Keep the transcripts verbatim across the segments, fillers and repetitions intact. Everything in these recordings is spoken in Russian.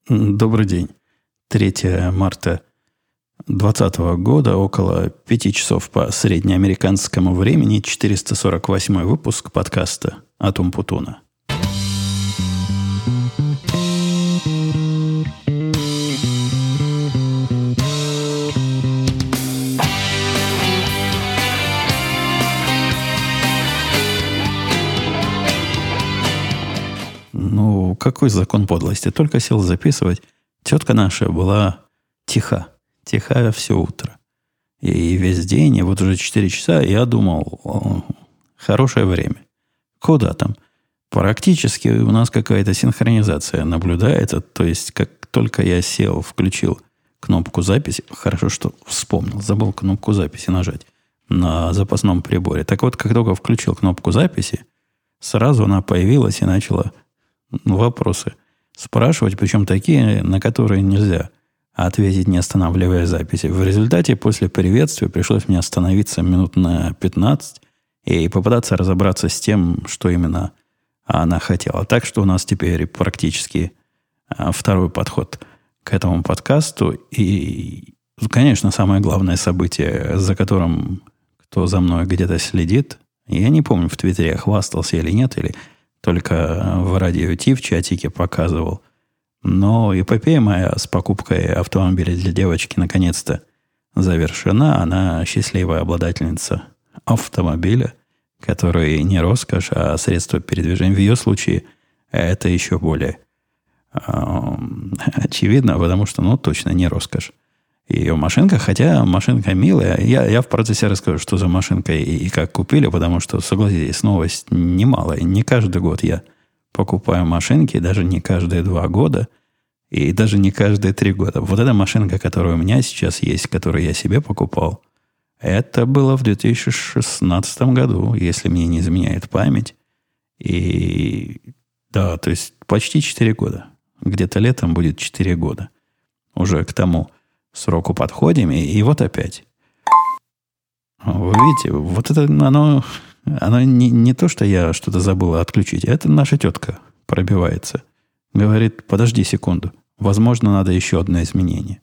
Добрый день. третьего марта двадцатого года, около пяти часов по среднеамериканскому времени, четыреста сорок восьмой выпуск подкаста «Атум Путуна». Ну, какой закон подлости? Только сел записывать. Тетка наша была тиха. Тиха все утро. И весь день, и вот уже четыре часа я думал, о, хорошее время. Куда там? Практически у нас какая-то синхронизация наблюдается. То есть, как только я сел, включил кнопку записи, хорошо, что вспомнил, забыл кнопку записи нажать на запасном приборе. Так вот, как только включил кнопку записи, сразу она появилась и начала вопросы спрашивать, причем такие, на которые нельзя ответить, не останавливая записи. В результате после приветствия пришлось мне остановиться минут на пятнадцать и попытаться разобраться с тем, что именно она хотела. Так что у нас теперь практически второй подход к этому подкасту. И, конечно, самое главное событие, за которым кто за мной где-то следит, я не помню, в Твиттере я хвастался или нет, или только в радио Ти в чатике показывал. Но эпопея моя с покупкой автомобиля для девочки наконец-то завершена. Она счастливая обладательница автомобиля, который не роскошь, а средство передвижения. В ее случае это еще более э, очевидно, потому что, ну, точно не роскошь. Ее машинка, хотя машинка милая. Я, я в процессе расскажу, что за машинка и, и как купили, потому что, согласитесь, новость немалая. Не каждый год я покупаю машинки, даже не каждые два года, и даже не каждые три года. Вот эта машинка, которая у меня сейчас есть, которую я себе покупал, это было в две тысячи шестнадцатом году, если мне не изменяет память. И да, то есть почти четыре года. Где-то летом будет четыре года. Уже к тому сроку подходим, и, и вот опять. Вы видите, вот это оно, оно не, не то, что я что-то забыл отключить, это наша тетка пробивается. Говорит, подожди секунду, возможно, надо еще одно изменение.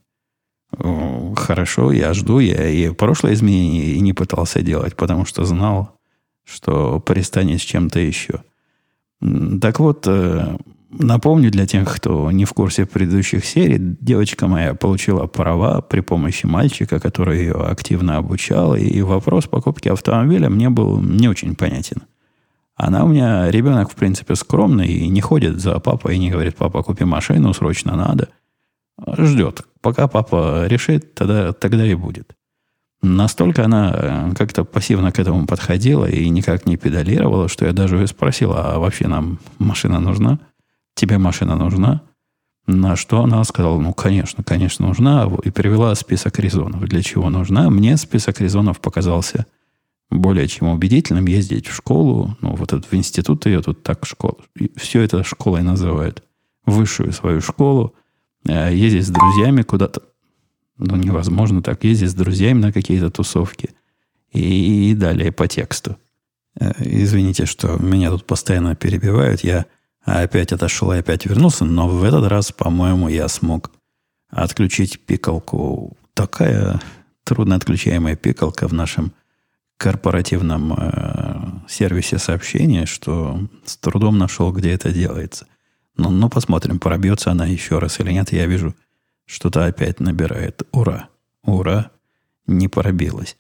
Хорошо, я жду, я и прошлое изменение и не пытался делать, потому что знал, что пристанет с чем-то еще. Так вот, напомню для тех, кто не в курсе предыдущих серий, девочка моя получила права при помощи мальчика, который ее активно обучал, и вопрос покупки автомобиля мне был не очень понятен. Она у меня, ребенок, в принципе, скромный и не ходит за папой и не говорит, папа, купи машину, срочно надо. Ждет. Пока папа решит, тогда, тогда и будет. Настолько она как-то пассивно к этому подходила и никак не педалировала, что я даже ее спросил, а вообще нам машина нужна? Тебе машина нужна? На что она сказала, ну, конечно, конечно, нужна. И привела список резонов. Для чего нужна? Мне список резонов показался более чем убедительным. Ездить в школу, ну, вот этот в институт ее тут так школа. Все это школой называют. Высшую свою школу. Ездить с друзьями куда-то. Ну, невозможно так. Ездить с друзьями на какие-то тусовки. И, и далее по тексту. Извините, что меня тут постоянно перебивают. Я опять отошел и опять вернулся. Но в этот раз, по-моему, я смог отключить пикалку. Такая трудно отключаемая пикалка в нашем корпоративном э, сервисе сообщения, что с трудом нашел, где это делается. Ну, ну, посмотрим, пробьется она еще раз или нет. Я вижу, что-то опять набирает. Ура! Ура! Не пробилась.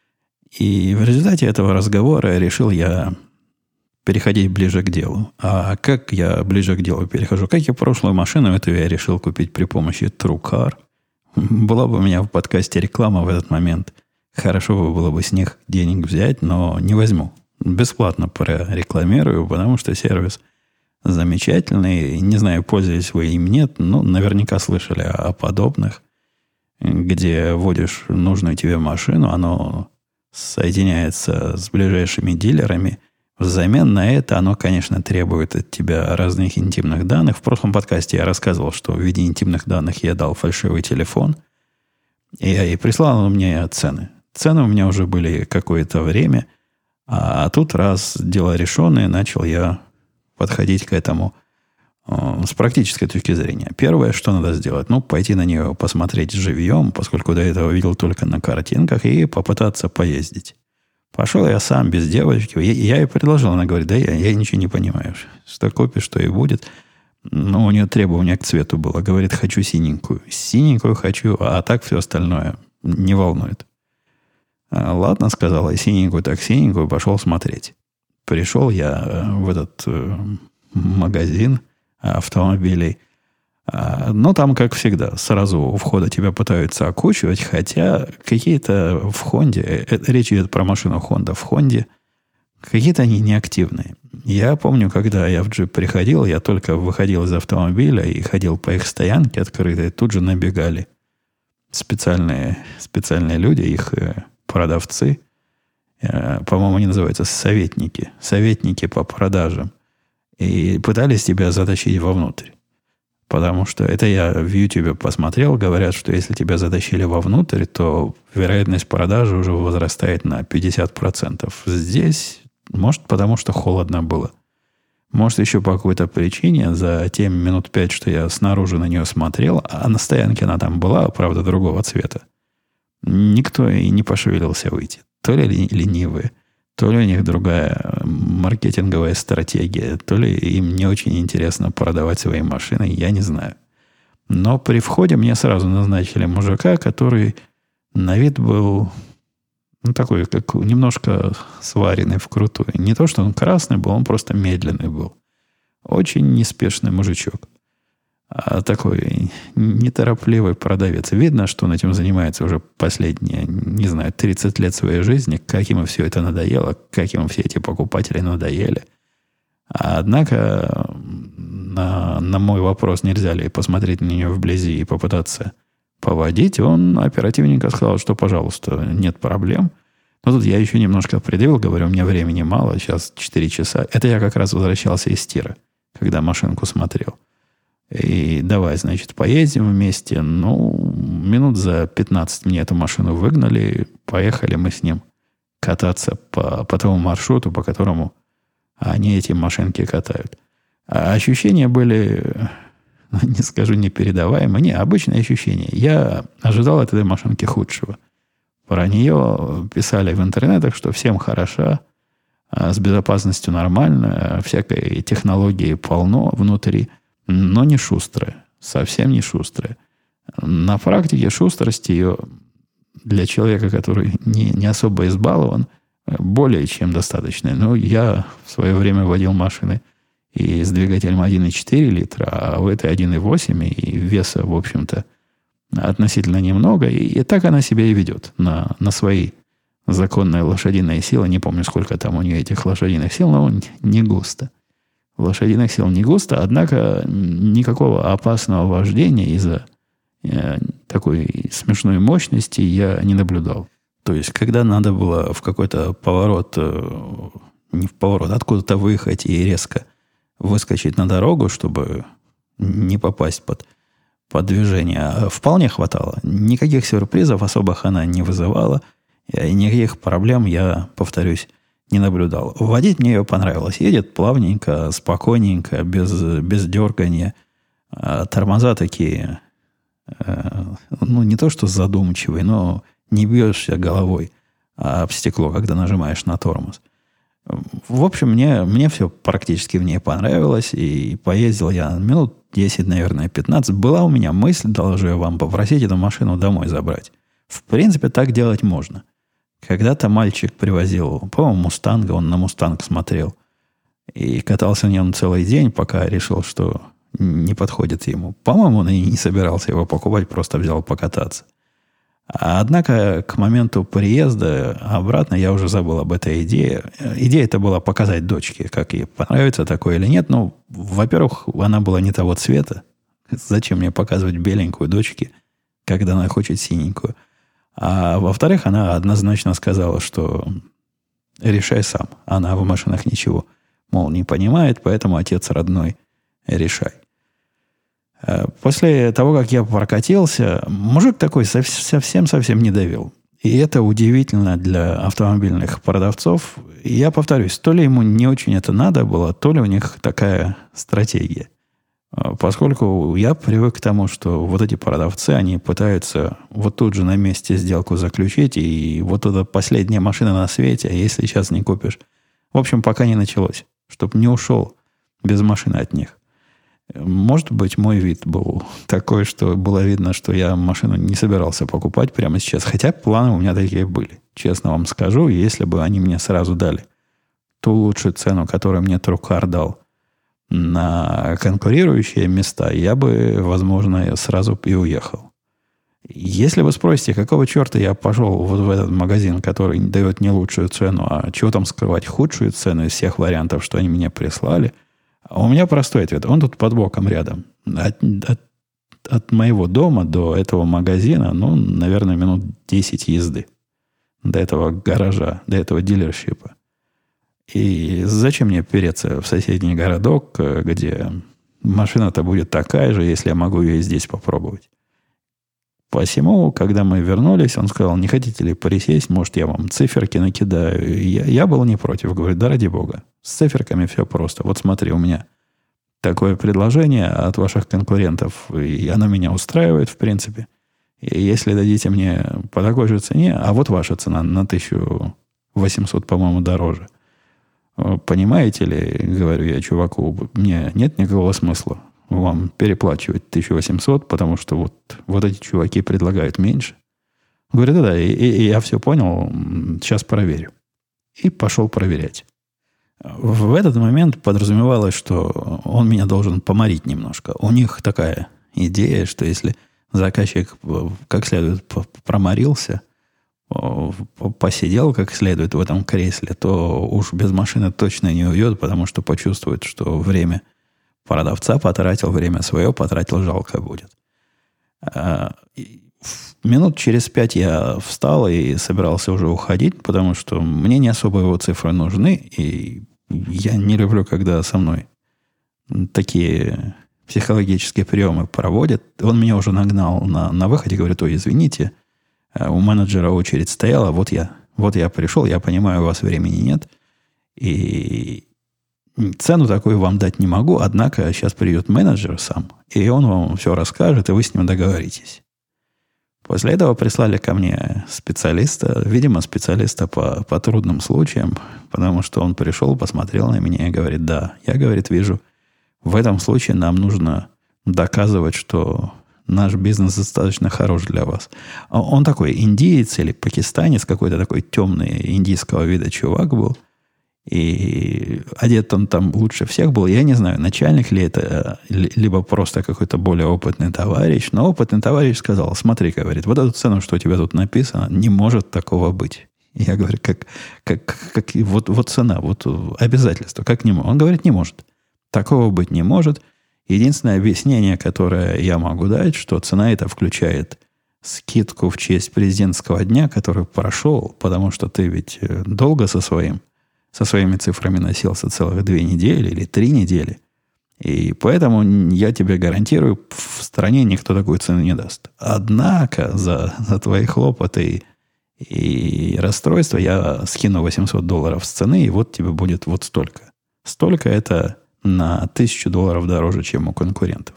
И в результате этого разговора решил я переходить ближе к делу. А как я ближе к делу перехожу? Как и прошлую машину, эту я решил купить при помощи TrueCar. Была бы у меня в подкасте реклама в этот момент. Хорошо бы было бы с них денег взять, но не возьму. Бесплатно прорекламирую, потому что сервис замечательный. Не знаю, пользуетесь вы им, нет, но наверняка слышали о подобных, где вводишь нужную тебе машину, оно соединяется с ближайшими дилерами. Взамен на это оно, конечно, требует от тебя разных интимных данных. В прошлом подкасте я рассказывал, что в виде интимных данных я дал фальшивый телефон, и, и прислал он мне цены. Цены у меня уже были какое-то время, а тут раз дело решенное, начал я подходить к этому С практической точки зрения. Первое, что надо сделать, ну, пойти на нее посмотреть живьем, поскольку до этого видел только на картинках, и попытаться поездить. Пошел я сам, без девочки. Я, я ей предложил, она говорит, да я, я ничего не понимаю. Что купишь, что и будет. Но у нее требование к цвету было. Говорит, хочу синенькую. Синенькую хочу, а так все остальное не волнует. А, ладно, сказала, синенькую так синенькую, пошел смотреть. Пришел я в этот э, магазин автомобилей. Но там, как всегда, сразу у входа тебя пытаются окучивать, хотя какие-то в Хонде, речь идет про машину Honda в Хонде, какие-то они неактивные. Я помню, когда я в джип приходил, я только выходил из автомобиля и ходил по их стоянке открытой, тут же набегали специальные, специальные люди, их продавцы, по-моему, они называются советники, советники по продажам. И пытались тебя затащить вовнутрь. Потому что это я в Ютубе посмотрел. Говорят, что если тебя затащили вовнутрь, то вероятность продажи уже возрастает на пятьдесят процентов. Здесь, может, потому что холодно было. Может, еще по какой-то причине за те минут пять, что я снаружи на нее смотрел, а на стоянке она там была, правда, другого цвета, никто и не пошевелился выйти. То ли ленивые, то ли у них другая маркетинговая стратегия, то ли им не очень интересно продавать свои машины, я не знаю. Но при входе мне сразу назначили мужика, который на вид был ну, такой, как немножко сваренный вкрутую. Не то, что он красный был, он просто медленный был. Очень неспешный мужичок. А такой неторопливый продавец. Видно, что он этим занимается уже последние, не знаю, тридцать лет своей жизни. Как ему все это надоело, как ему все эти покупатели надоели. А однако на, на мой вопрос, нельзя ли посмотреть на нее вблизи и попытаться поводить, он оперативненько сказал, что, пожалуйста, нет проблем. Но тут я еще немножко предъявил, говорю, у меня времени мало, сейчас четыре часа. Это я как раз возвращался из тира, когда машинку смотрел. И давай, значит, поедем вместе. Ну, минут за пятнадцать мне эту машину выгнали. Поехали мы с ним кататься по, по тому маршруту, по которому они эти машинки катают. А ощущения были, не скажу, непередаваемые. Не, обычные ощущения. Я ожидал от этой машинки худшего. Про нее писали в интернетах, что всем хороша, с безопасностью нормально, всякой технологии полно внутри. Но не шустрая. Совсем не шустрая. На практике шустрость ее для человека, который не, не особо избалован, более чем достаточно. Но я в свое время водил машины и с двигателем один и четыре литра, а в этой один и восемь, и веса, в общем-то, относительно немного. И, и так она себя и ведет на, на свои законные лошадиные силы. Не помню, сколько там у нее этих лошадиных сил, но не густо. Лошадиных сил не густо, однако никакого опасного вождения из-за э, такой смешной мощности я не наблюдал. То есть, когда надо было в какой-то поворот, э, не в поворот, откуда-то выехать и резко выскочить на дорогу, чтобы не попасть под, под движение, вполне хватало. Никаких сюрпризов особых она не вызывала, и никаких проблем я, повторюсь, не наблюдал. Водить мне ее понравилось. Едет плавненько, спокойненько, без, без дергания. А тормоза такие, э, ну, не то что задумчивые, но не бьешься головой об стекло, когда нажимаешь на тормоз. В общем, мне, мне все практически в ней понравилось. И поездил я минут десять, наверное, пятнадцать. Была у меня мысль, должен я вам попросить эту машину домой забрать. В принципе, так делать можно. Когда-то мальчик привозил, по-моему, мустанга, он на мустанг смотрел. И катался на нем целый день, пока решил, что не подходит ему. По-моему, он и не собирался его покупать, просто взял покататься. Однако к моменту приезда обратно я уже забыл об этой идее. Идея это была показать дочке, как ей понравится такое или нет. Ну, во-первых, она была не того цвета. Зачем мне показывать беленькую дочке, когда она хочет синенькую? А во-вторых, она однозначно сказала, что решай сам. Она в машинах ничего, мол, не понимает, поэтому отец родной, решай. После того, как я прокатился, мужик такой совсем-совсем не давил. И это удивительно для автомобильных продавцов. И я повторюсь, то ли ему не очень это надо было, то ли у них такая стратегия. Поскольку я привык к тому, что вот эти продавцы, они пытаются вот тут же на месте сделку заключить, и вот эта последняя машина на свете, а если сейчас не купишь. В общем, пока не началось, чтобы не ушел без машины от них. Может быть, мой вид был такой, что было видно, что я машину не собирался покупать прямо сейчас. Хотя планы у меня такие были. Честно вам скажу, если бы они мне сразу дали ту лучшую цену, которую мне Трукар дал на конкурирующие места, я бы, возможно, сразу и уехал. Если вы спросите, какого черта я пошел вот в этот магазин, который дает не лучшую цену, а чего там скрывать, худшую цену из всех вариантов, что они мне прислали, а у меня простой ответ. Он тут под боком рядом. От, от, от моего дома до этого магазина, ну, наверное, минут десять езды. До этого гаража, до этого дилершипа. И зачем мне переться в соседний городок, где машина-то будет такая же, если я могу ее и здесь попробовать? Посему, когда мы вернулись, он сказал, не хотите ли присесть, может, я вам циферки накидаю. Я, я был не против, говорю, да ради бога. С циферками все просто. Вот смотри, у меня такое предложение от ваших конкурентов, и оно меня устраивает, в принципе. И если дадите мне по такой же цене, а вот ваша цена на тысячу восемьсот, по-моему, дороже. Понимаете ли, говорю я чуваку, мне нет никакого смысла вам переплачивать тысячу восемьсот, потому что вот, вот эти чуваки предлагают меньше. Говорит, да-да, и, и, и я все понял, сейчас проверю. И пошел проверять. В этот момент подразумевалось, что он меня должен поморить немножко. У них такая идея, что если заказчик как следует проморился, посидел как следует в этом кресле, то уж без машины точно не уйдет, потому что почувствует, что время продавца потратил, время свое потратил, жалко будет. Минут через пять я встал и собирался уже уходить, потому что мне не особо его цифры нужны, и я не люблю, когда со мной такие психологические приемы проводят. Он меня уже нагнал на, на выходе, говорит, ой, извините, у менеджера очередь стояла, вот я, вот я пришел, я понимаю, у вас времени нет, и цену такую вам дать не могу, однако сейчас придет менеджер сам, и он вам все расскажет, и вы с ним договоритесь. После этого прислали ко мне специалиста, видимо, специалиста по, по трудным случаям, потому что он пришел, посмотрел на меня и говорит, да, я, говорит, вижу, в этом случае нам нужно доказывать, что наш бизнес достаточно хорош для вас. Он такой индиец или пакистанец, какой-то такой темный индийского вида чувак был. И одет он там лучше всех был. Я не знаю, начальник ли это, либо просто какой-то более опытный товарищ. Но опытный товарищ сказал, смотри, говорит, вот эту цену, что у тебя тут написано, не может такого быть. Я говорю, как, как, как вот, вот цена, вот обязательство, как не может. Он говорит, не может. Такого быть не может. Единственное объяснение, которое я могу дать, что цена эта включает скидку в честь президентского дня, который прошел, потому что ты ведь долго со, своим, со своими цифрами носился целых две недели или три недели. И поэтому я тебе гарантирую, в стране никто такую цену не даст. Однако за, за твои хлопоты и, и расстройства я скину восемьсот долларов с цены, и вот тебе будет вот столько. Столько это на тысячу долларов дороже, чем у конкурентов.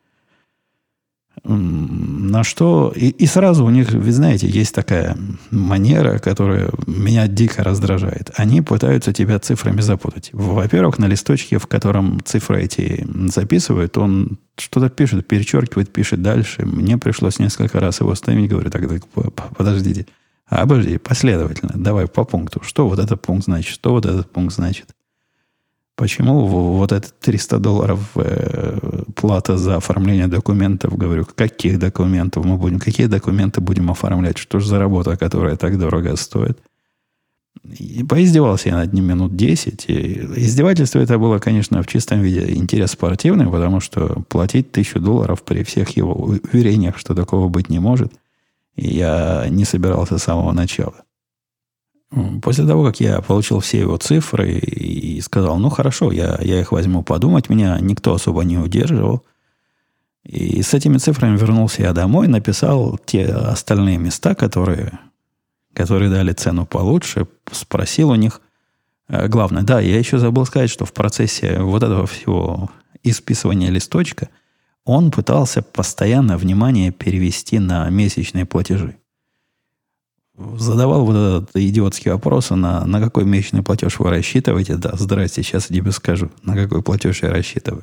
На что... И, и сразу у них, вы знаете, есть такая манера, которая меня дико раздражает. Они пытаются тебя цифрами запутать. Во-первых, на листочке, в котором цифры эти записывают, он что-то пишет, перечеркивает, пишет дальше. Мне пришлось несколько раз его остановить. Говорю, так, так подождите. А, подожди, последовательно. Давай по пункту. Что вот этот пункт значит? Что вот этот пункт значит? Почему вот это триста долларов э, плата за оформление документов? Говорю, каких документов мы будем, какие документы будем оформлять? Что же за работа, которая так дорого стоит? И поиздевался я над ним минут десять. И издевательство это было, конечно, в чистом виде интерес спортивный, потому что платить тысячу долларов при всех его уверениях, что такого быть не может, я не собирался с самого начала. После того, как я получил все его цифры и сказал, ну хорошо, я, я их возьму подумать, меня никто особо не удерживал. И с этими цифрами вернулся я домой, написал те остальные места, которые, которые дали цену получше, спросил у них. Главное, да, я еще забыл сказать, что в процессе вот этого всего исписывания листочка, он пытался постоянно внимание перевести на месячные платежи. Задавал вот этот идиотский вопрос, на, на какой месячный платеж вы рассчитываете. Да, здрасте, сейчас я тебе скажу, на какой платеж я рассчитываю.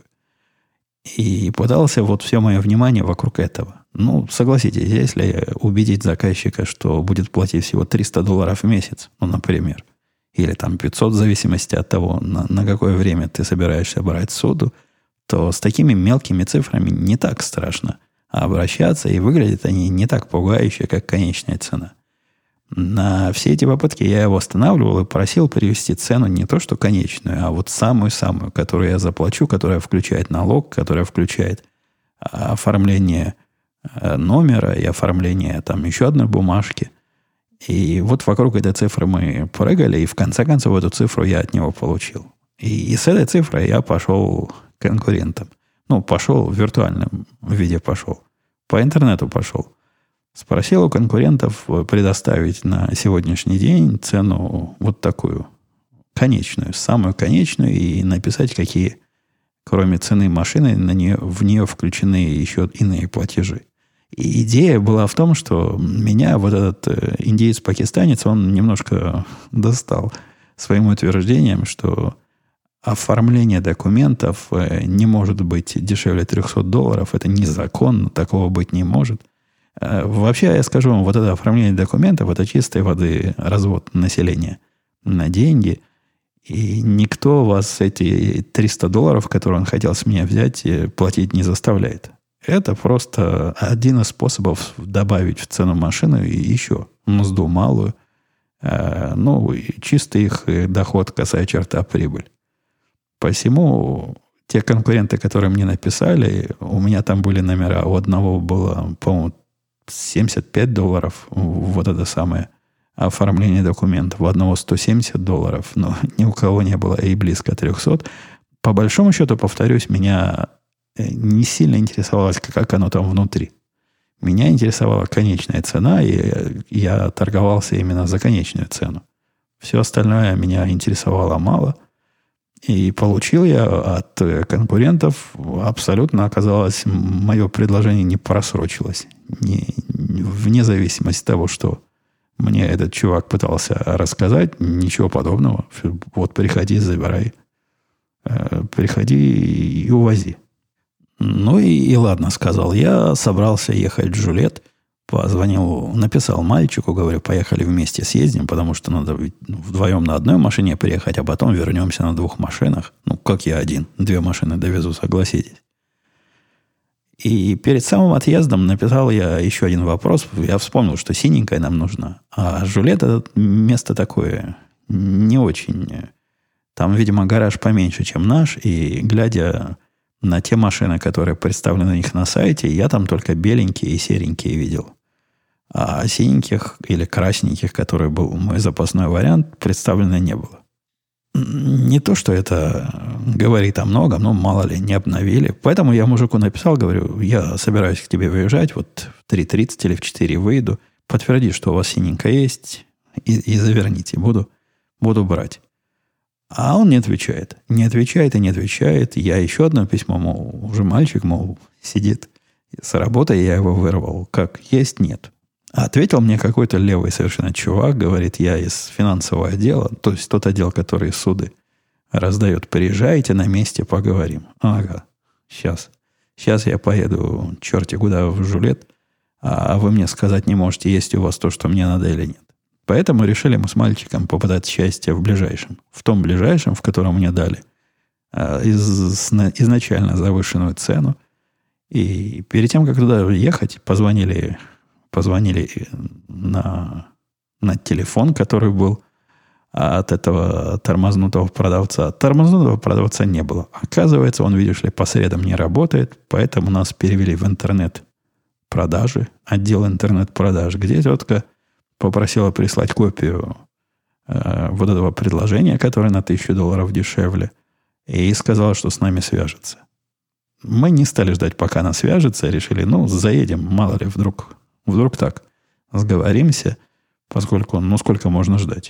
И пытался вот все мое внимание вокруг этого. Ну, согласитесь, если убедить заказчика, что будет платить всего триста долларов в месяц, ну, например, или там пятьсот, в зависимости от того, на, на какое время ты собираешься брать суду, то с такими мелкими цифрами не так страшно обращаться, и выглядят они не так пугающе, как конечная цена. На все эти попытки я его останавливал и просил привести цену не то, что конечную, а вот самую-самую, которую я заплачу, которая включает налог, которая включает оформление номера и оформление там еще одной бумажки. И вот вокруг этой цифры мы прыгали, и в конце концов эту цифру я от него получил. И, и с этой цифрой я пошел к конкурентам. Ну, пошел в виртуальном виде пошел. По интернету пошел. Спросил у конкурентов предоставить на сегодняшний день цену вот такую, конечную, самую конечную, и написать, какие, кроме цены машины, на нее, в нее включены еще иные платежи. И идея была в том, что меня вот этот индеец-пакистанец, он немножко достал своим утверждением, что оформление документов не может быть дешевле триста долларов. Это незаконно, такого быть не может. Вообще, я скажу вам, вот это оформление документов, это чистой воды развод населения на деньги. И никто вас эти триста долларов, которые он хотел с меня взять, платить не заставляет. Это просто один из способов добавить в цену машины еще мзду малую. Ну, чисто их доход, касая черта прибыль. Посему те конкуренты, которые мне написали, у меня там были номера. У одного было, по-моему, семьдесят пять долларов, вот это самое оформление документов. У одного сто семьдесят долларов, но ни у кого не было и близко трехсот. По большому счету, повторюсь, меня не сильно интересовалось, как оно там внутри. Меня интересовала конечная цена, и я торговался именно за конечную цену. Все остальное меня интересовало мало. И получил я от конкурентов, абсолютно оказалось, мое предложение не просрочилось. Не, вне зависимости от того, что мне этот чувак пытался рассказать, ничего подобного. Вот приходи, забирай. Приходи и увози. Ну и, и ладно, сказал я, собрался ехать в Жюлет, позвонил, написал мальчику, говорю, поехали вместе съездим, потому что надо вдвоем на одной машине приехать, а потом вернемся на двух машинах. Ну, как я один, две машины довезу, согласитесь. И перед самым отъездом написал я еще один вопрос. Я вспомнил, что синенькая нам нужна. А Жюлет это место такое не очень. Там, видимо, гараж поменьше, чем наш, и глядя на те машины, которые представлены у них на сайте, я там только беленькие и серенькие видел. А синеньких или красненьких, который был мой запасной вариант, представлено не было. Не то, что это говорит о многом, но мало ли, не обновили. Поэтому я мужику написал, говорю, я собираюсь к тебе выезжать, вот в три тридцать или в четыре выйду, подтверди, что у вас синенькая есть, и, и заверните, буду, буду брать. А он не отвечает. Не отвечает и не отвечает. Я еще одно письмо, мол, уже мальчик, мол, сидит с работы, я его вырвал. Как есть, нет. А ответил мне какой-то левый совершенно чувак, говорит, я из финансового отдела, то есть тот отдел, который суды раздает. Приезжайте, на месте поговорим. Ага, сейчас. Сейчас я поеду черти куда в Жюлет, а вы мне сказать не можете, есть у вас то, что мне надо или нет. Поэтому решили мы с мальчиком попытать счастье в ближайшем. В том ближайшем, в котором мне дали из, изначально завышенную цену. И перед тем, как туда ехать, позвонили, позвонили на, на телефон, который был от этого тормознутого продавца. Тормознутого продавца не было. Оказывается, он, видишь ли, по средам не работает, поэтому нас перевели в интернет-продажи, отдел интернет-продаж, где тетка попросила прислать копию э, вот этого предложения, которое на тысячу долларов дешевле, и сказала, что с нами свяжется. Мы не стали ждать, пока она свяжется, решили, ну, заедем, мало ли, вдруг, вдруг так, сговоримся, поскольку, ну, сколько можно ждать.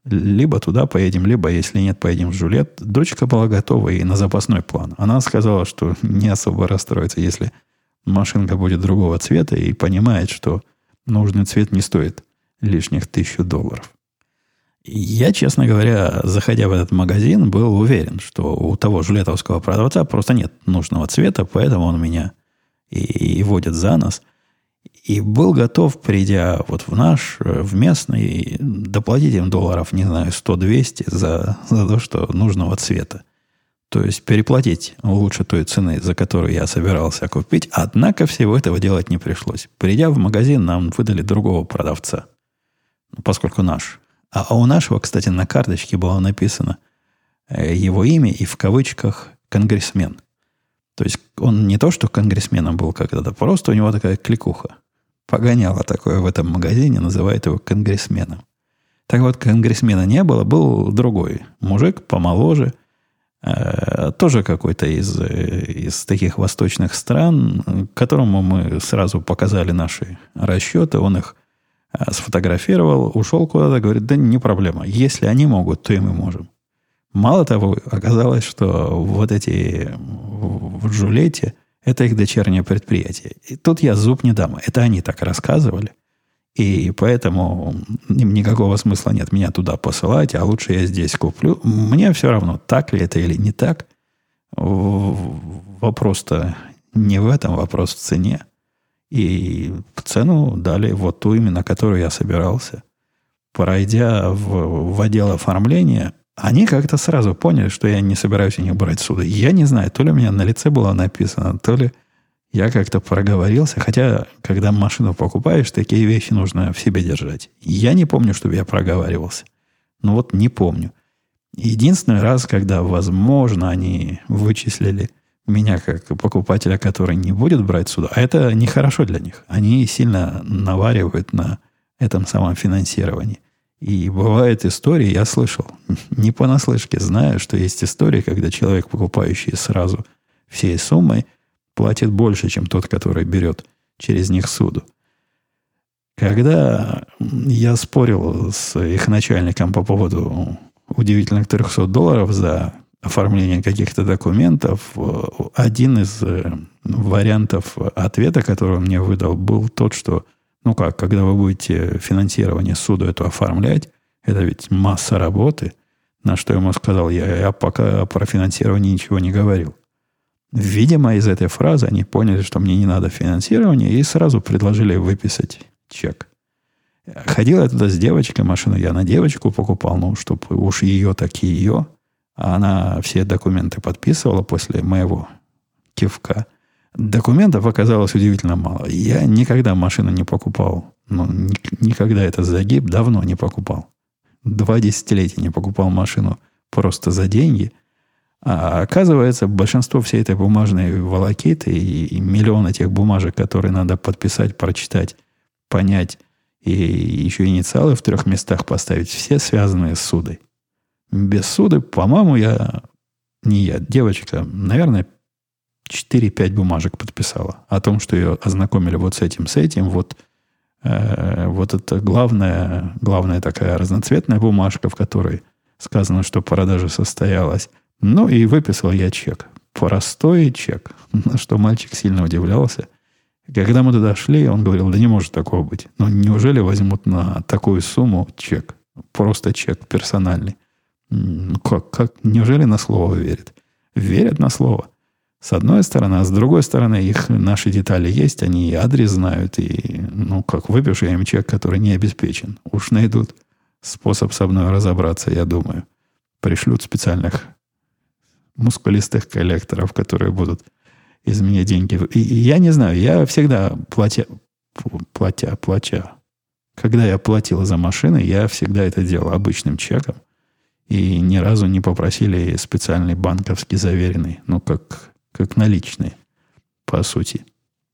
Либо туда поедем, либо, если нет, поедем в Жюлет. Дочка была готова и на запасной план. Она сказала, что не особо расстроится, если машинка будет другого цвета, и понимает, что нужный цвет не стоит лишних тысячу долларов. Я, честно говоря, заходя в этот магазин, был уверен, что у того жюлетовского продавца просто нет нужного цвета, поэтому он меня и, и водит за нос. И был готов, придя вот в наш, в местный, доплатить им долларов, не знаю, сто-двести за, за то, что нужного цвета. То есть переплатить лучше той цены, за которую я собирался купить. Однако всего этого делать не пришлось. Придя в магазин, нам выдали другого продавца, поскольку наш. А у нашего, кстати, на карточке было написано его имя и в кавычках «конгрессмен». То есть он не то, что конгрессменом был когда-то, просто у него такая кликуха. Погоняло такое в этом магазине, называют его конгрессменом. Так вот, конгрессмена не было, был другой мужик, помоложе, э, тоже какой-то из, из таких восточных стран, которому мы сразу показали наши расчеты, он их сфотографировал, ушел куда-то, говорит, да не проблема. Если они могут, то и мы можем. Мало того, оказалось, что вот эти в Жюлете, это их дочернее предприятие. И тут я зуб не дам. Это они так рассказывали. И поэтому им никакого смысла нет меня туда посылать, а лучше я здесь куплю. Мне все равно, так ли это или не так. Вопрос-то не в этом, вопрос в цене. И цену дали вот ту именно, которую я собирался. Пройдя в, в отдел оформления, они как-то сразу поняли, что я не собираюсь у них брать суды. Я не знаю, то ли у меня на лице было написано, то ли я как-то проговорился. Хотя, когда машину покупаешь, такие вещи нужно в себе держать. Я не помню, чтобы я проговаривался. Ну вот не помню. Единственный раз, когда, возможно, они вычислили меня как покупателя, который не будет брать суда, а это нехорошо для них. Они сильно наваривают на этом самом финансировании. И бывают истории, я слышал, не понаслышке знаю, что есть истории, когда человек, покупающий сразу всей суммой, платит больше, чем тот, который берет через них суду. Когда я спорил с их начальником по поводу удивительных трехсот долларов за оформление каких-то документов, один из вариантов ответа, который он мне выдал, был тот, что, ну как, когда вы будете финансирование суду это оформлять, это ведь масса работы, на что я ему сказал, я, я пока про финансирование ничего не говорил. Видимо, из этой фразы они поняли, что мне не надо финансирования, и сразу предложили выписать чек. Ходил я туда с девочкой, машину я на девочку покупал, ну, чтобы уж ее, так и ее. А она все документы подписывала после моего кивка. Документов оказалось удивительно мало. Я никогда машину не покупал. Ну, ни, никогда это загиб, давно не покупал. Два десятилетия не покупал машину просто за деньги. А оказывается, большинство всей этой бумажной волокиты и, и миллион этих бумажек, которые надо подписать, прочитать, понять, и еще инициалы в трех местах поставить, все связанные с судой. Без суды, по-моему, я, не я, девочка, наверное, четыре-пять бумажек подписала о том, что ее ознакомили вот с этим, с этим. Вот, э, вот это главная, главная такая разноцветная бумажка, в которой сказано, что продажа состоялась. Ну, и выписал я чек. Простой чек. На что мальчик сильно удивлялся. Когда мы туда шли, он говорил, да не может такого быть. Ну, неужели возьмут на такую сумму чек? Просто чек персональный. Как, как? Неужели на слово верят? Верят на слово. С одной стороны, а с другой стороны, их наши детали есть, они и адрес знают, и, ну, как выпишу я им чек, который не обеспечен. Уж найдут способ со мной разобраться, я думаю. Пришлют специальных мускулистых коллекторов, которые будут из меня деньги. И, и я не знаю, я всегда платя, платя, платя. Когда я платил за машины, я всегда это делал обычным чеком. И ни разу не попросили специальный банковский заверенный, ну, как, как наличный, по сути.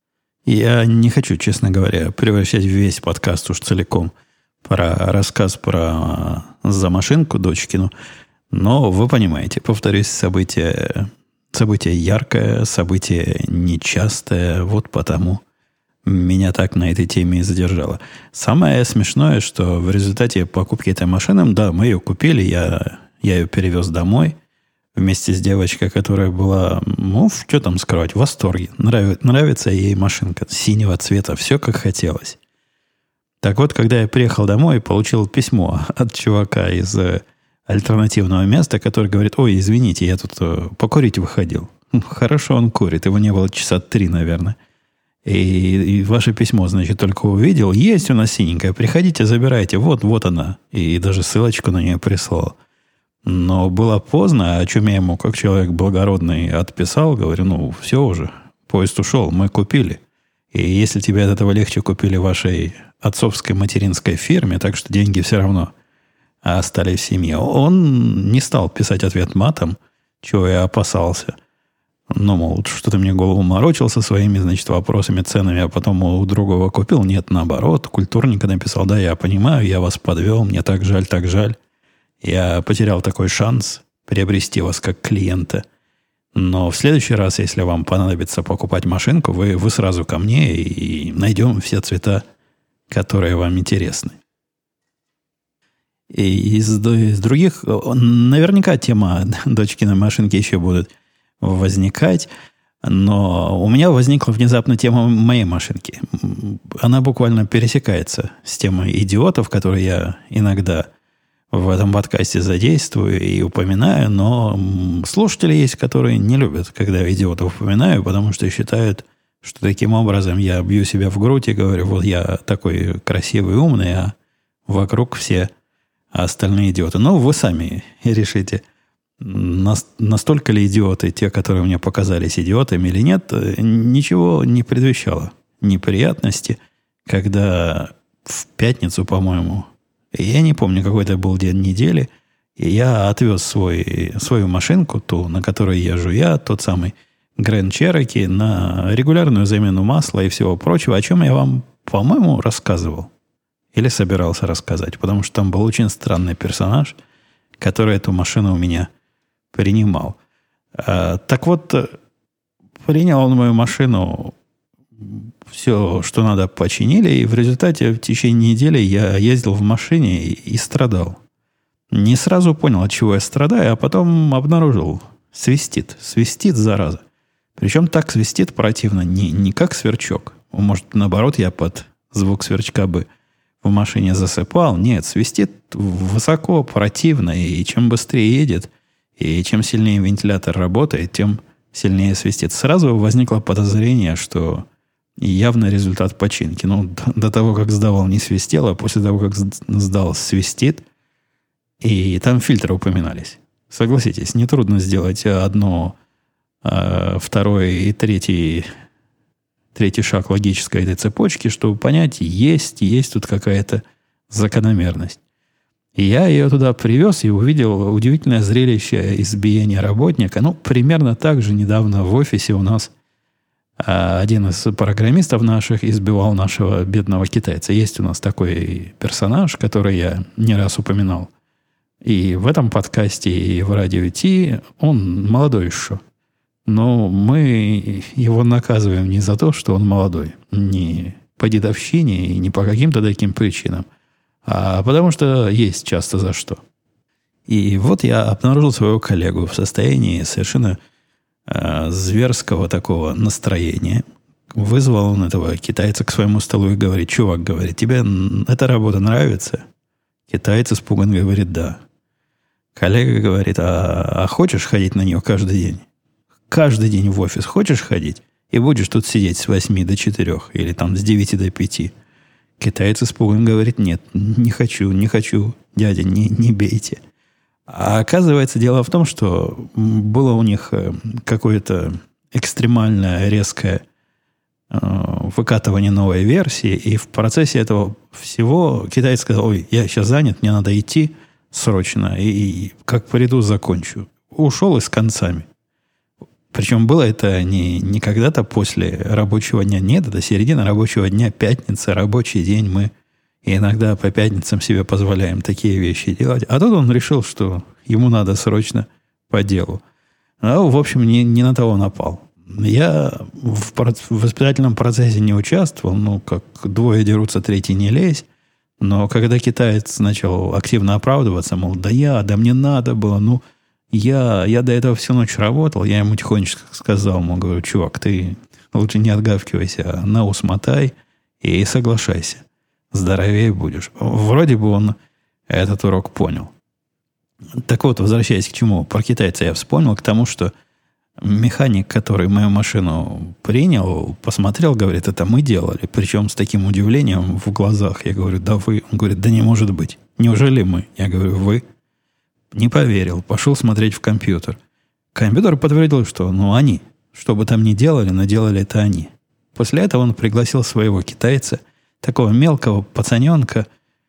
Я не хочу, честно говоря, превращать весь подкаст уж целиком про рассказ про за машинку дочкину. Но вы понимаете, повторюсь, событие, событие яркое, событие нечастое, вот потому меня так на этой теме и задержало. Самое смешное, что в результате покупки этой машины, да, мы ее купили, я, я ее перевез домой вместе с девочкой, которая была, ну, что там скрывать, в восторге. Нрав, нравится ей машинка синего цвета, все как хотелось. Так вот, когда я приехал домой, получил письмо от чувака из альтернативного места, который говорит: ой, извините, я тут покурить выходил. Хорошо он курит, его не было часа три, наверное. И, и ваше письмо, значит, только увидел. Есть у нас синенькая, приходите, забирайте. Вот, вот она. И даже ссылочку на нее прислал. Но было поздно, о чем я ему, как человек благородный, отписал. Говорю, ну, все уже, поезд ушел, мы купили. И если тебе от этого легче, купили в вашей отцовской материнской фирме, так что деньги все равно остались в семье. Он не стал писать ответ матом, чего я опасался. Ну, мол, что ты мне голову морочил со своими, значит, вопросами, ценами, а потом у другого купил. Нет, наоборот, культурненько написал: да, я понимаю, я вас подвел, мне так жаль, так жаль. Я потерял такой шанс приобрести вас как клиента. Но в следующий раз, если вам понадобится покупать машинку, вы, вы сразу ко мне и найдем все цвета, которые вам интересны. И из, из других, наверняка тема дочкиной машинки еще будет возникать, но у меня возникла внезапно тема моей машинки. Она буквально пересекается с темой идиотов, которые я иногда в этом подкасте задействую и упоминаю, но слушатели есть, которые не любят, когда я идиотов упоминаю, потому что считают, что таким образом я бью себя в грудь и говорю: вот я такой красивый и умный, а вокруг все остальные идиоты. Ну, вы сами решите, настолько ли идиоты, те, которые мне показались идиотами или нет. Ничего не предвещало неприятности, когда в пятницу, по-моему, я не помню, какой это был день недели, и я отвез свой, свою машинку, ту, на которой езжу я, тот самый Grand Cherokee, на регулярную замену масла и всего прочего, о чем я вам, по-моему, рассказывал. Или собирался рассказать, потому что там был очень странный персонаж, который эту машину у меня принимал. А, так вот, принял он мою машину, все, что надо, починили, и в результате в течение недели я ездил в машине и, и страдал. Не сразу понял, от чего я страдаю, а потом обнаружил. Свистит. Свистит, зараза. Причем так свистит противно, не, не как сверчок. Может, наоборот, я под звук сверчка бы в машине засыпал. Нет, свистит высоко, противно, и чем быстрее едет, и чем сильнее вентилятор работает, тем сильнее свистит. Сразу возникло подозрение, что явно результат починки. Ну, до, до того, как сдавал, не свистел, а после того, как сдал, свистит. И там фильтры упоминались. Согласитесь, нетрудно сделать одно, а, второй и третий, третий шаг логической этой цепочки, чтобы понять, есть, есть тут какая-то закономерность. И я ее туда привез и увидел удивительное зрелище избиения работника. Ну, примерно так же недавно в офисе у нас один из программистов наших избивал нашего бедного китайца. Есть у нас такой персонаж, который я не раз упоминал. И в этом подкасте, и в радио Ти он молодой еще. Но мы его наказываем не за то, что он молодой. Не по дедовщине и не по каким-то таким причинам. А потому что есть часто за что. И вот я обнаружил своего коллегу в состоянии совершенно э, зверского такого настроения. Вызвал он этого китайца к своему столу и говорит: чувак, говорит, тебе эта работа нравится? Китаец испуган говорит: да. Коллега говорит: а, а хочешь ходить на нее каждый день? Каждый день в офис хочешь ходить? И будешь тут сидеть с восьми до четырех или там с девяти до пяти. Китаец испуган говорит: нет, не хочу, не хочу, дядя, не, не бейте. А оказывается, дело в том, что было у них какое-то экстремальное, резкое э, выкатывание новой версии, и в процессе этого всего китаец сказал: ой, я сейчас занят, мне надо идти срочно, и, и как приду, закончу. Ушел и с концами. Причем было это не, не когда-то после рабочего дня. Нет, это середина рабочего дня, пятница, рабочий день. Мы иногда по пятницам себе позволяем такие вещи делать. А тут он решил, что ему надо срочно по делу. А, в общем, не, не на того напал. Я в, про- в воспитательном процессе не участвовал, ну, как двое дерутся, третий не лезь. Но когда китаец начал активно оправдываться, мол, да я, да мне надо было, ну, я, я до этого всю ночь работал, я ему тихонечко сказал, ему говорю, чувак, ты лучше не отгавкивайся, а на ус мотай и соглашайся. Здоровее будешь. Вроде бы он этот урок понял. Так вот, возвращаясь к чему, про китайца я вспомнил, к тому, что механик, который мою машину принял, посмотрел, говорит, это мы делали. Причем с таким удивлением в глазах. Я говорю, да вы. Он говорит, да не может быть. Неужели мы? Я говорю, вы. Не поверил. Пошел смотреть в компьютер. Компьютер подтвердил, что ну они. Что бы там ни делали, но делали это они. После этого он пригласил своего китайца, такого мелкого пацаненка,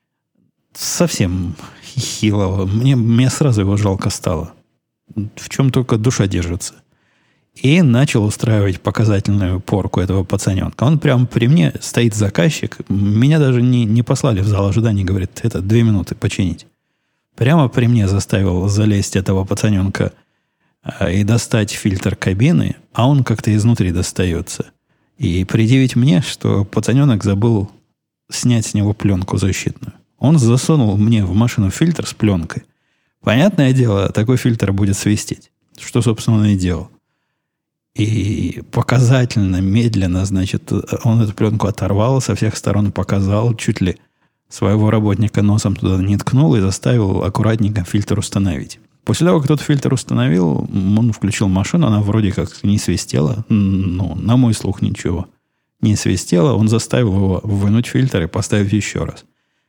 совсем хилого. Мне, мне сразу его жалко стало. В чем только душа держится. И начал устраивать показательную порку этого пацаненка. Он прямо при мне стоит заказчик. Меня даже не, не послали в зал ожидания. Говорит, это две минуты починить. Прямо при мне заставил залезть этого пацаненка а, и достать фильтр кабины, а он как-то изнутри достается. И предъявить мне, что пацаненок забыл снять с него пленку защитную. Он засунул мне в машину фильтр с пленкой. Понятное дело, такой фильтр будет свистеть. Что, собственно, он и делал. И показательно, медленно, значит, он эту пленку оторвал, со всех сторон показал, чуть ли своего работника носом туда не ткнул и заставил аккуратненько фильтр установить. После того, как тот фильтр установил, он включил машину, она вроде как не свистела, ну, на мой слух ничего не свистела, он заставил его вынуть фильтр и поставить еще раз.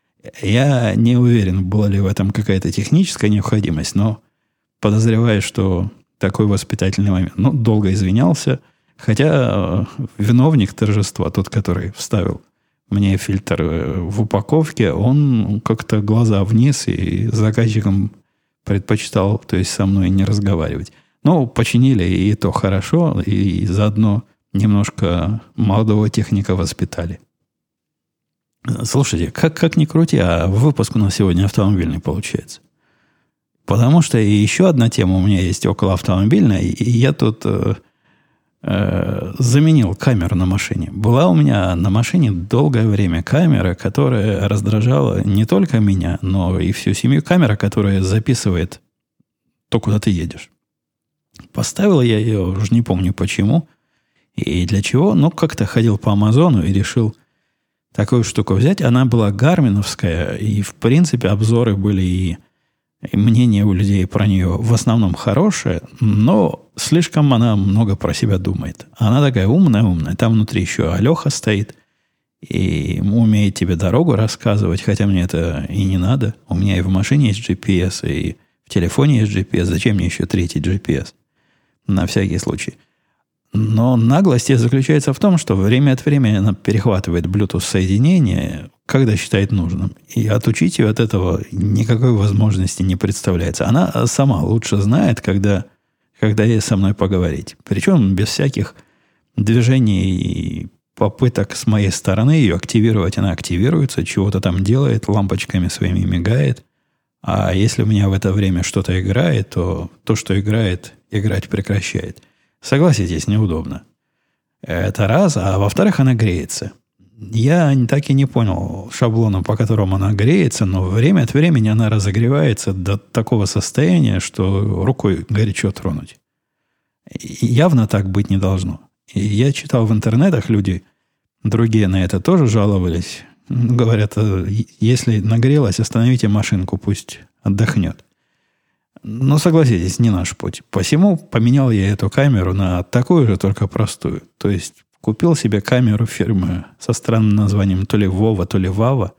Я не уверен, была ли в этом какая-то техническая необходимость, но подозреваю, что такой воспитательный момент. Ну, долго извинялся, хотя виновник торжества, тот, который вставил мне фильтр в упаковке, он как-то глаза вниз и с заказчиком предпочитал, то есть со мной не разговаривать. Ну, починили, и то хорошо, и заодно немножко молодого техника воспитали. Слушайте, как, как ни крути, а выпуск у нас сегодня автомобильный получается. Потому что и еще одна тема у меня есть около автомобильная, и я тут э, э, заменил камеру на машине. Была у меня на машине долгое время камера, которая раздражала не только меня, но и всю семью. Камера, которая записывает то, куда ты едешь. Поставил я ее, уже не помню почему и для чего, но как-то ходил по Амазону и решил такую штуку взять. Она была гарминовская, и, в принципе, обзоры были и, и мнение у людей про нее в основном хорошее, но слишком она много про себя думает. Она такая умная-умная. Там внутри еще Алеха стоит и умеет тебе дорогу рассказывать, хотя мне это и не надо. У меня и в машине есть джи пи эс, и в телефоне есть джи пи эс. Зачем мне еще третий джи пи эс? На всякий случай. Но наглость заключается в том, что время от времени она перехватывает Bluetooth-соединение, когда считает нужным. И отучить ее от этого никакой возможности не представляется. Она сама лучше знает, когда, когда ей со мной поговорить. Причем без всяких движений и попыток с моей стороны ее активировать. Она активируется, чего-то там делает, лампочками своими мигает. А если у меня в это время что-то играет, то то, что играет, играть прекращает. Согласитесь, неудобно. Это раз. А во-вторых, она греется. Я так и не понял шаблона, по которому она греется, но время от времени она разогревается до такого состояния, что рукой горячо тронуть. И явно так быть не должно. И я читал в интернетах, люди другие на это тоже жаловались. Говорят, если нагрелась, остановите машинку, пусть отдохнет. Но согласитесь, не наш путь. Посему поменял я эту камеру на такую же, только простую. То есть купил себе камеру фирмы со странным названием то ли Вова, то ли Вава.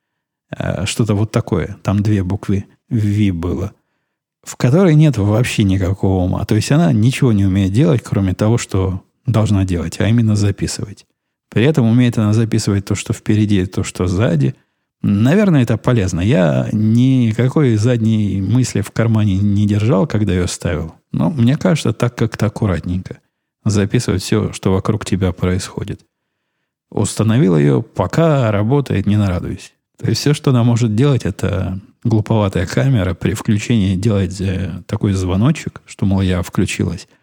Что-то вот такое. Там две буквы Ви было. В которой нет вообще никакого ума. То есть она ничего не умеет делать, кроме того, что должна делать, а именно записывать. При этом умеет она записывать то, что впереди, то, что сзади. Наверное, это полезно. Я никакой задней мысли в кармане не держал, когда ее ставил. Но мне кажется, так как-то аккуратненько. Записывать все, что вокруг тебя происходит. Установил ее, пока работает, не нарадуюсь. То есть все, что она может делать, это глуповатая камера при включении делать такой звоночек, что, мол, я включилась.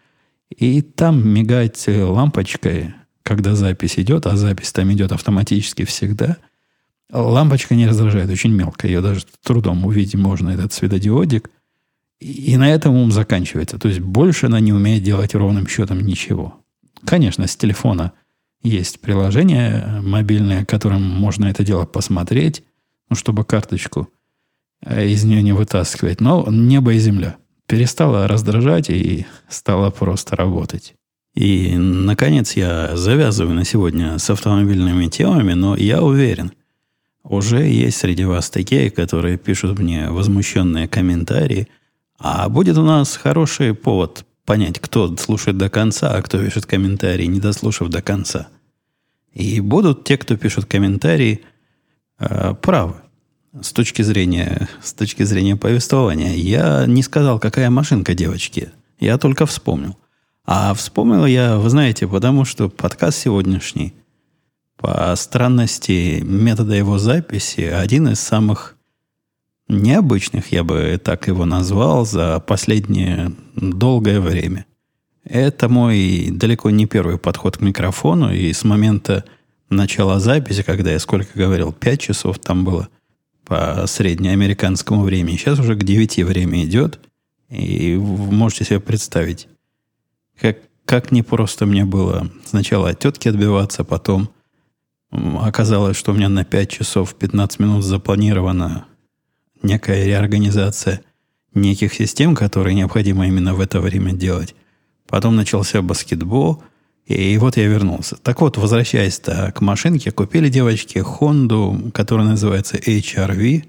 И там мигать лампочкой, когда запись идет, а запись там идет автоматически всегда, лампочка не раздражает, очень мелко. Ее даже трудом увидеть можно, этот светодиодик. И на этом ум заканчивается. То есть больше она не умеет делать ровным счетом ничего. Конечно, с телефона есть приложение мобильное, которым можно это дело посмотреть, ну, чтобы карточку из нее не вытаскивать. Но небо и земля. Перестала раздражать и стала просто работать. И, наконец, я завязываю на сегодня с автомобильными темами, но я уверен, уже есть среди вас такие, которые пишут мне возмущенные комментарии, а будет у нас хороший повод понять, кто слушает до конца, а кто пишет комментарии, не дослушав до конца. И будут те, кто пишут комментарии, э, правы. С точки зрения, с точки зрения повествования. Я не сказал, какая машинка, девочки. Я только вспомнил. А вспомнил я, вы знаете, потому что подкаст сегодняшний, по странности метода его записи, один из самых необычных, я бы так его назвал, за последнее долгое время. Это мой далеко не первый подход к микрофону, и с момента начала записи, когда я, сколько говорил, пять часов там было по среднеамериканскому времени, сейчас уже к девяти время идет, и вы можете себе представить, как, как непросто мне было сначала от тетки отбиваться, потом оказалось, что у меня на пять часов пятнадцать минут запланирована некая реорганизация неких систем, которые необходимо именно в это время делать. Потом начался баскетбол, и вот я вернулся. Так вот, возвращаясь-то к машинке, купили девочки Хонду, которая называется эйч ар ви,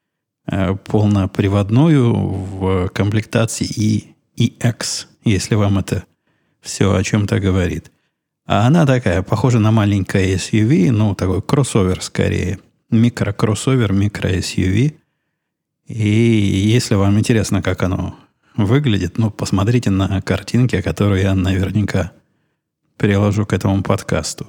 полноприводную в комплектации и и экс, если вам это все о чем-то говорит. А она такая, похожа на маленькое эс ю ви, ну, такой кроссовер скорее. Микро-кроссовер, микро-эс ю ви. И если вам интересно, как оно выглядит, ну, посмотрите на картинки, которые я наверняка приложу к этому подкасту.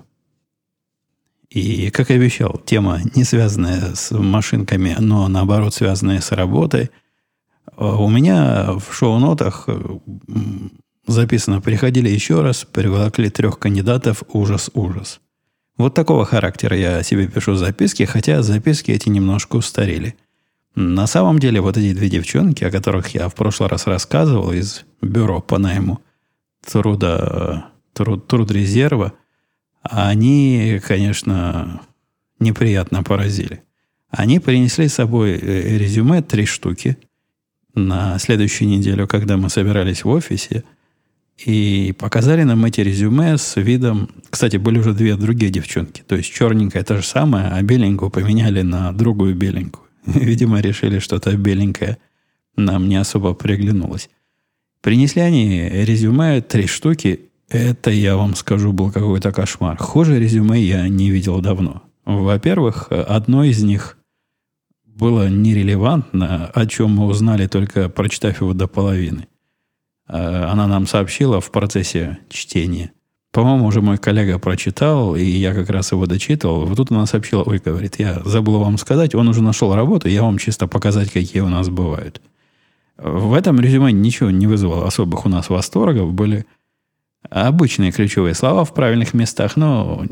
И, как и обещал, тема не связанная с машинками, но, наоборот, связанная с работой. У меня в шоу-нотах записано, приходили еще раз, привлекли трех кандидатов, ужас-ужас. Вот такого характера я себе пишу записки, хотя записки эти немножко устарели. На самом деле, вот эти две девчонки, о которых я в прошлый раз рассказывал из бюро по найму труда, труд, труд-резерва, они, конечно, неприятно поразили. Они принесли с собой резюме три штуки на следующую неделю, когда мы собирались в офисе, и показали нам эти резюме с видом... Кстати, были уже две другие девчонки. То есть черненькая та же самая, а беленькую поменяли на другую беленькую. Видимо, решили, что это беленькое нам не особо приглянулось. Принесли они резюме, три штуки. Это, я вам скажу, был какой-то кошмар. Хуже резюме я не видел давно. Во-первых, одно из них было нерелевантно, о чем мы узнали, только прочитав его до половины. Она нам сообщила в процессе чтения. По-моему, уже мой коллега прочитал, и я как раз его дочитывал. Вот тут она сообщила, ой, говорит, я забыл вам сказать, он уже нашел работу, я вам чисто показать, какие у нас бывают. В этом резюме ничего не вызвало особых у нас восторгов. Были обычные ключевые слова в правильных местах, но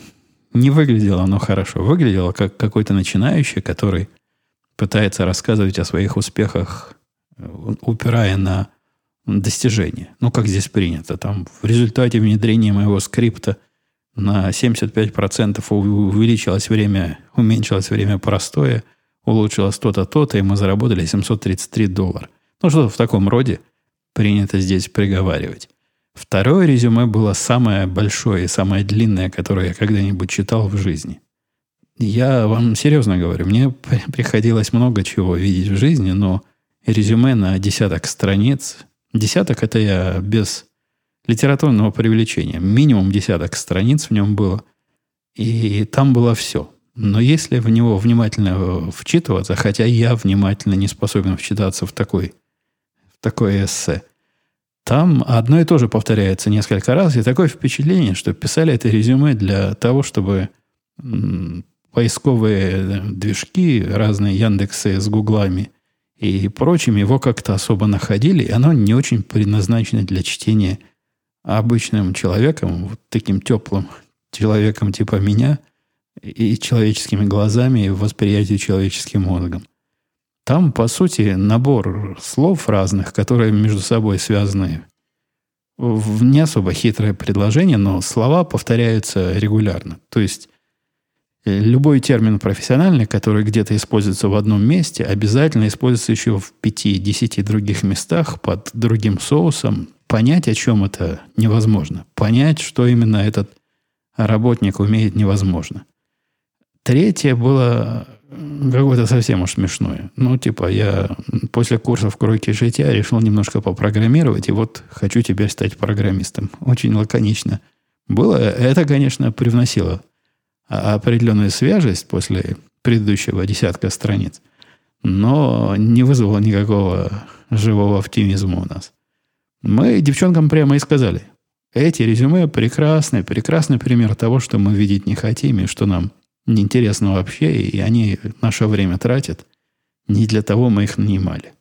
не выглядело оно хорошо. Выглядело как какой-то начинающий, который пытается рассказывать о своих успехах, упирая на достижения. Ну, как здесь принято. Там в результате внедрения моего скрипта на семьдесят пять процентов увеличилось время, уменьшилось время простое, улучшилось то-то, то-то, и мы заработали семьсот тридцать три доллара. Ну, что в таком роде принято здесь приговаривать. Второе резюме было самое большое и самое длинное, которое я когда-нибудь читал в жизни. Я вам серьезно говорю, мне приходилось много чего видеть в жизни, но резюме на десяток страниц... Десяток – это я без литературного привлечения. Минимум десяток страниц в нем было. И там было все. Но если в него внимательно вчитываться, хотя я внимательно не способен вчитаться в, такой, в такое эссе, там одно и то же повторяется несколько раз. И такое впечатление, что писали это резюме для того, чтобы м, поисковые движки, разные Яндексы с Гуглами и прочим его как-то особо находили, и оно не очень предназначено для чтения обычным человеком, вот таким теплым человеком типа меня, и человеческими глазами, и восприятием человеческим мозгом. Там, по сути, набор слов разных, которые между собой связаны в не особо хитрое предложение, но слова повторяются регулярно. То есть любой термин профессиональный, который где-то используется в одном месте, обязательно используется еще в пяти-десяти других местах под другим соусом. Понять, о чем это, невозможно. Понять, что именно этот работник умеет, невозможно. Третье было какое-то совсем уж смешное. Ну, типа, я после курсов «Кройки жития» решил немножко попрограммировать, и вот хочу теперь стать программистом. Очень лаконично было. Это, конечно, привносило определенную свежесть после предыдущего десятка страниц, но не вызвало никакого живого оптимизма у нас. Мы девчонкам прямо и сказали, эти резюме прекрасный, прекрасный пример того, что мы видеть не хотим, и что нам неинтересно вообще, и они наше время тратят. Не для того мы их нанимали.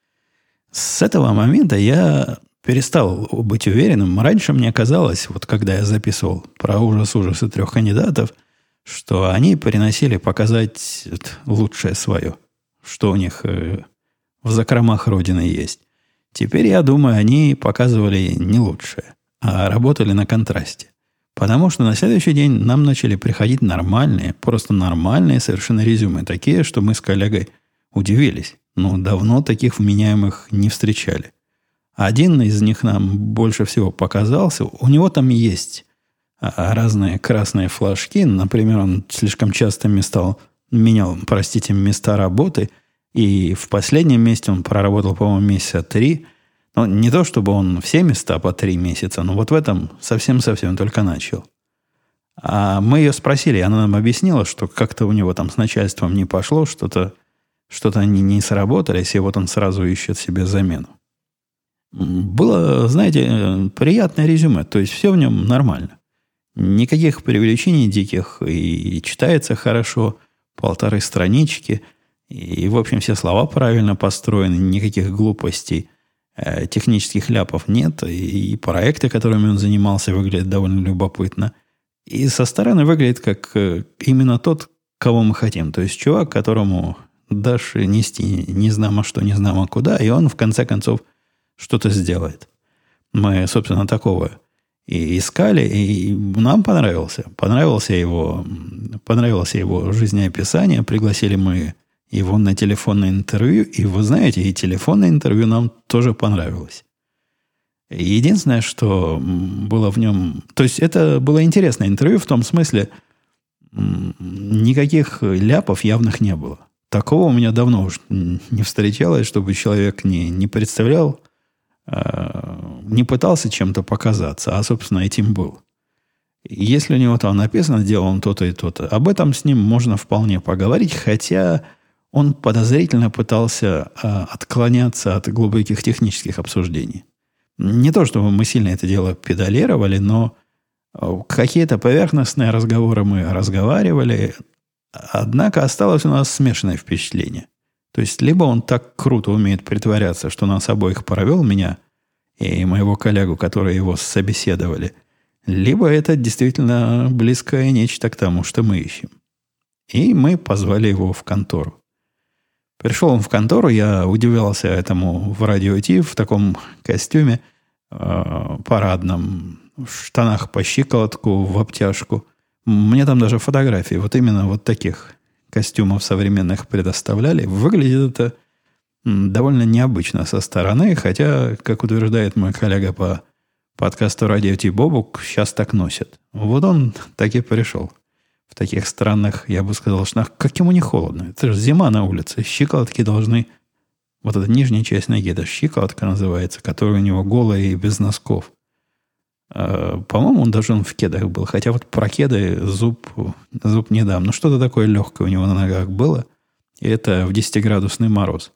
С этого момента я перестал быть уверенным. Раньше мне казалось, вот когда я записывал про ужас-ужасы трех кандидатов, что они приносили показать лучшее свое, что у них в закромах Родины есть. Теперь, я думаю, они показывали не лучшее, а работали на контрасте. Потому что на следующий день нам начали приходить нормальные, просто нормальные совершенно резюме. Такие, что мы с коллегой удивились. Ну, давно таких вменяемых не встречали. Один из них нам больше всего показался. У него там есть разные красные флажки. Например, он слишком часто местал, менял, простите, места работы. И в последнем месте он проработал, по-моему, месяца три. Но не то, чтобы он все места по три месяца, но вот в этом совсем-совсем только начал. А мы ее спросили, и она нам объяснила, что как-то у него там с начальством не пошло, что-то, что-то они не сработались, и вот он сразу ищет себе замену. Было, знаете, приятное резюме, то есть все в нем нормально. Никаких преувеличений диких, и читается хорошо, полторы странички, и, в общем, все слова правильно построены, никаких глупостей. Технических ляпов нет, и проекты, которыми он занимался, выглядят довольно любопытно. И со стороны выглядит как именно тот, кого мы хотим. То есть чувак, которому дашь нести не знамо что, не знамо куда, и он в конце концов что-то сделает. Мы, собственно, такого и искали, и нам понравился. Понравился его, понравилось его жизнеописание, пригласили мы его на телефонное интервью, и вы знаете, и телефонное интервью нам тоже понравилось. Единственное, что было в нем... То есть, это было интересное интервью в том смысле, никаких ляпов явных не было. Такого у меня давно уж не встречалось, чтобы человек не, не представлял, не пытался чем-то показаться, а, собственно, этим был. Если у него там написано, делал он то-то и то-то, об этом с ним можно вполне поговорить, хотя... Он подозрительно пытался а, отклоняться от глубоких технических обсуждений. Не то, чтобы мы сильно это дело педалировали, но какие-то поверхностные разговоры мы разговаривали, однако осталось у нас смешанное впечатление. То есть, либо он так круто умеет притворяться, что нас обоих провел, меня и моего коллегу, которые его собеседовали, либо это действительно близкое нечто к тому, что мы ищем. И мы позвали его в контору. Пришел он в контору, я удивлялся этому в радио Ти в таком костюме э, парадном, в штанах по щиколотку, в обтяжку. Мне там даже фотографии вот именно вот таких костюмов современных предоставляли. Выглядит это довольно необычно со стороны, хотя, как утверждает мой коллега по подкасту радио Ти Бобук, сейчас так носят. Вот он так и пришел. В таких странных, я бы сказал, штанах. Как ему не холодно? Это же зима на улице. Щиколотки должны... Вот эта нижняя часть ноги, это щиколотка называется, которая у него голая и без носков. А, по-моему, он даже он в кедах был. Хотя вот про кеды зуб, зуб не дам. Но что-то такое легкое у него на ногах было. И это в десятиградусный мороз.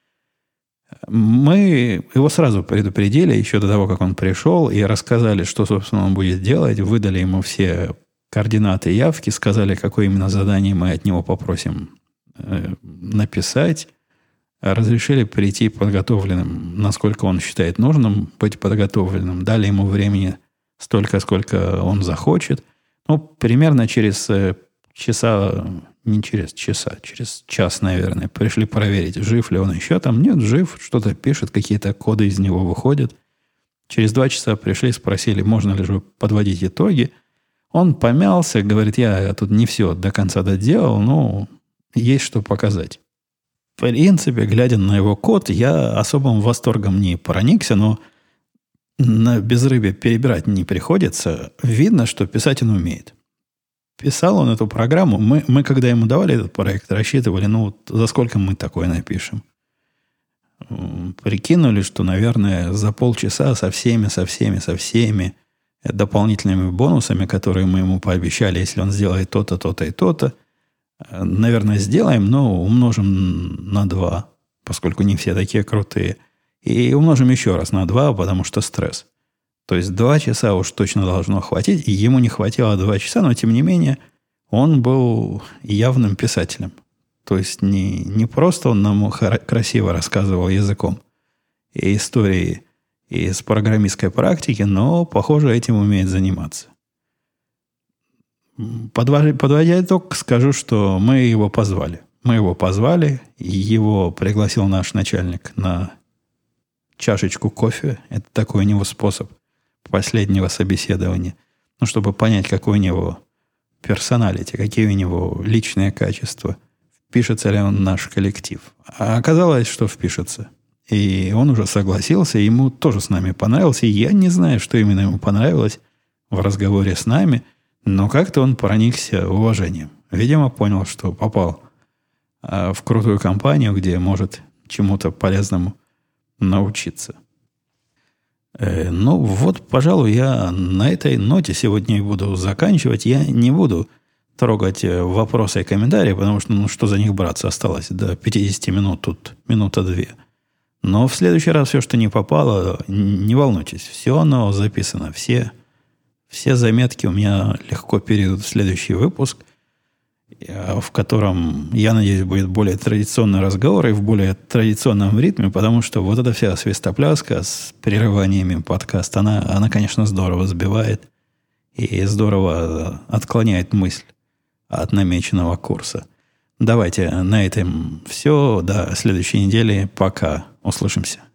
Мы его сразу предупредили, еще до того, как он пришел, и рассказали, что, собственно, он будет делать. Выдали ему все... координаты явки, сказали, какое именно задание мы от него попросим э, написать. разрешили прийти подготовленным, насколько он считает нужным быть подготовленным. Дали ему времени столько, сколько он захочет. Ну, примерно через часа, не через часа, через час, наверное, пришли проверить, жив ли он еще там. Нет, жив, что-то пишет, какие-то коды из него выходят. Через два часа пришли, спросили, можно ли же подводить итоги. Он помялся, говорит, я тут не все до конца доделал, но есть что показать. В принципе, глядя на его код, я особым восторгом не проникся, но на безрыбье перебирать не приходится. Видно, что писать он умеет. Писал он эту программу. Мы, мы когда ему давали этот проект, рассчитывали, ну, вот за сколько мы такое напишем. Прикинули, что, наверное, за полчаса со всеми, со всеми, со всеми дополнительными бонусами, которые мы ему пообещали, если он сделает то-то, то-то и то-то, наверное, сделаем, но умножим на два, поскольку не все такие крутые. И умножим еще раз на два, потому что стресс. То есть два часа уж точно должно хватить, и ему не хватило два часа, но тем не менее он был явным писателем. То есть не, не просто он нам красиво рассказывал языком и истории из программистской практики, но, похоже, этим умеет заниматься. Подводя, подводя итог, скажу, что мы его позвали. Мы его позвали, его пригласил наш начальник на чашечку кофе. Это такой у него способ последнего собеседования. Ну, чтобы понять, какой у него персоналити, какие у него личные качества. Впишется ли он в наш коллектив. А оказалось, что впишется. И он уже согласился, ему тоже с нами понравился. И я не знаю, что именно ему понравилось в разговоре с нами, но как-то он проникся уважением. Видимо, понял, что попал в крутую компанию, где может чему-то полезному научиться. Э, ну, вот, пожалуй, я на этой ноте сегодня и буду заканчивать. Я не буду трогать вопросы и комментарии, потому что, ну, что за них браться, осталось до пятьдесят минут, тут минута две. Но в следующий раз все, что не попало, не волнуйтесь, все оно записано, все, все заметки у меня легко перейдут в следующий выпуск, в котором, я надеюсь, будет более традиционный разговор и в более традиционном ритме, потому что вот эта вся свистопляска с прерываниями подкаста, она, она, конечно, здорово сбивает и здорово отклоняет мысль от намеченного курса. Давайте на этом все. До следующей недели. Пока. Услышимся.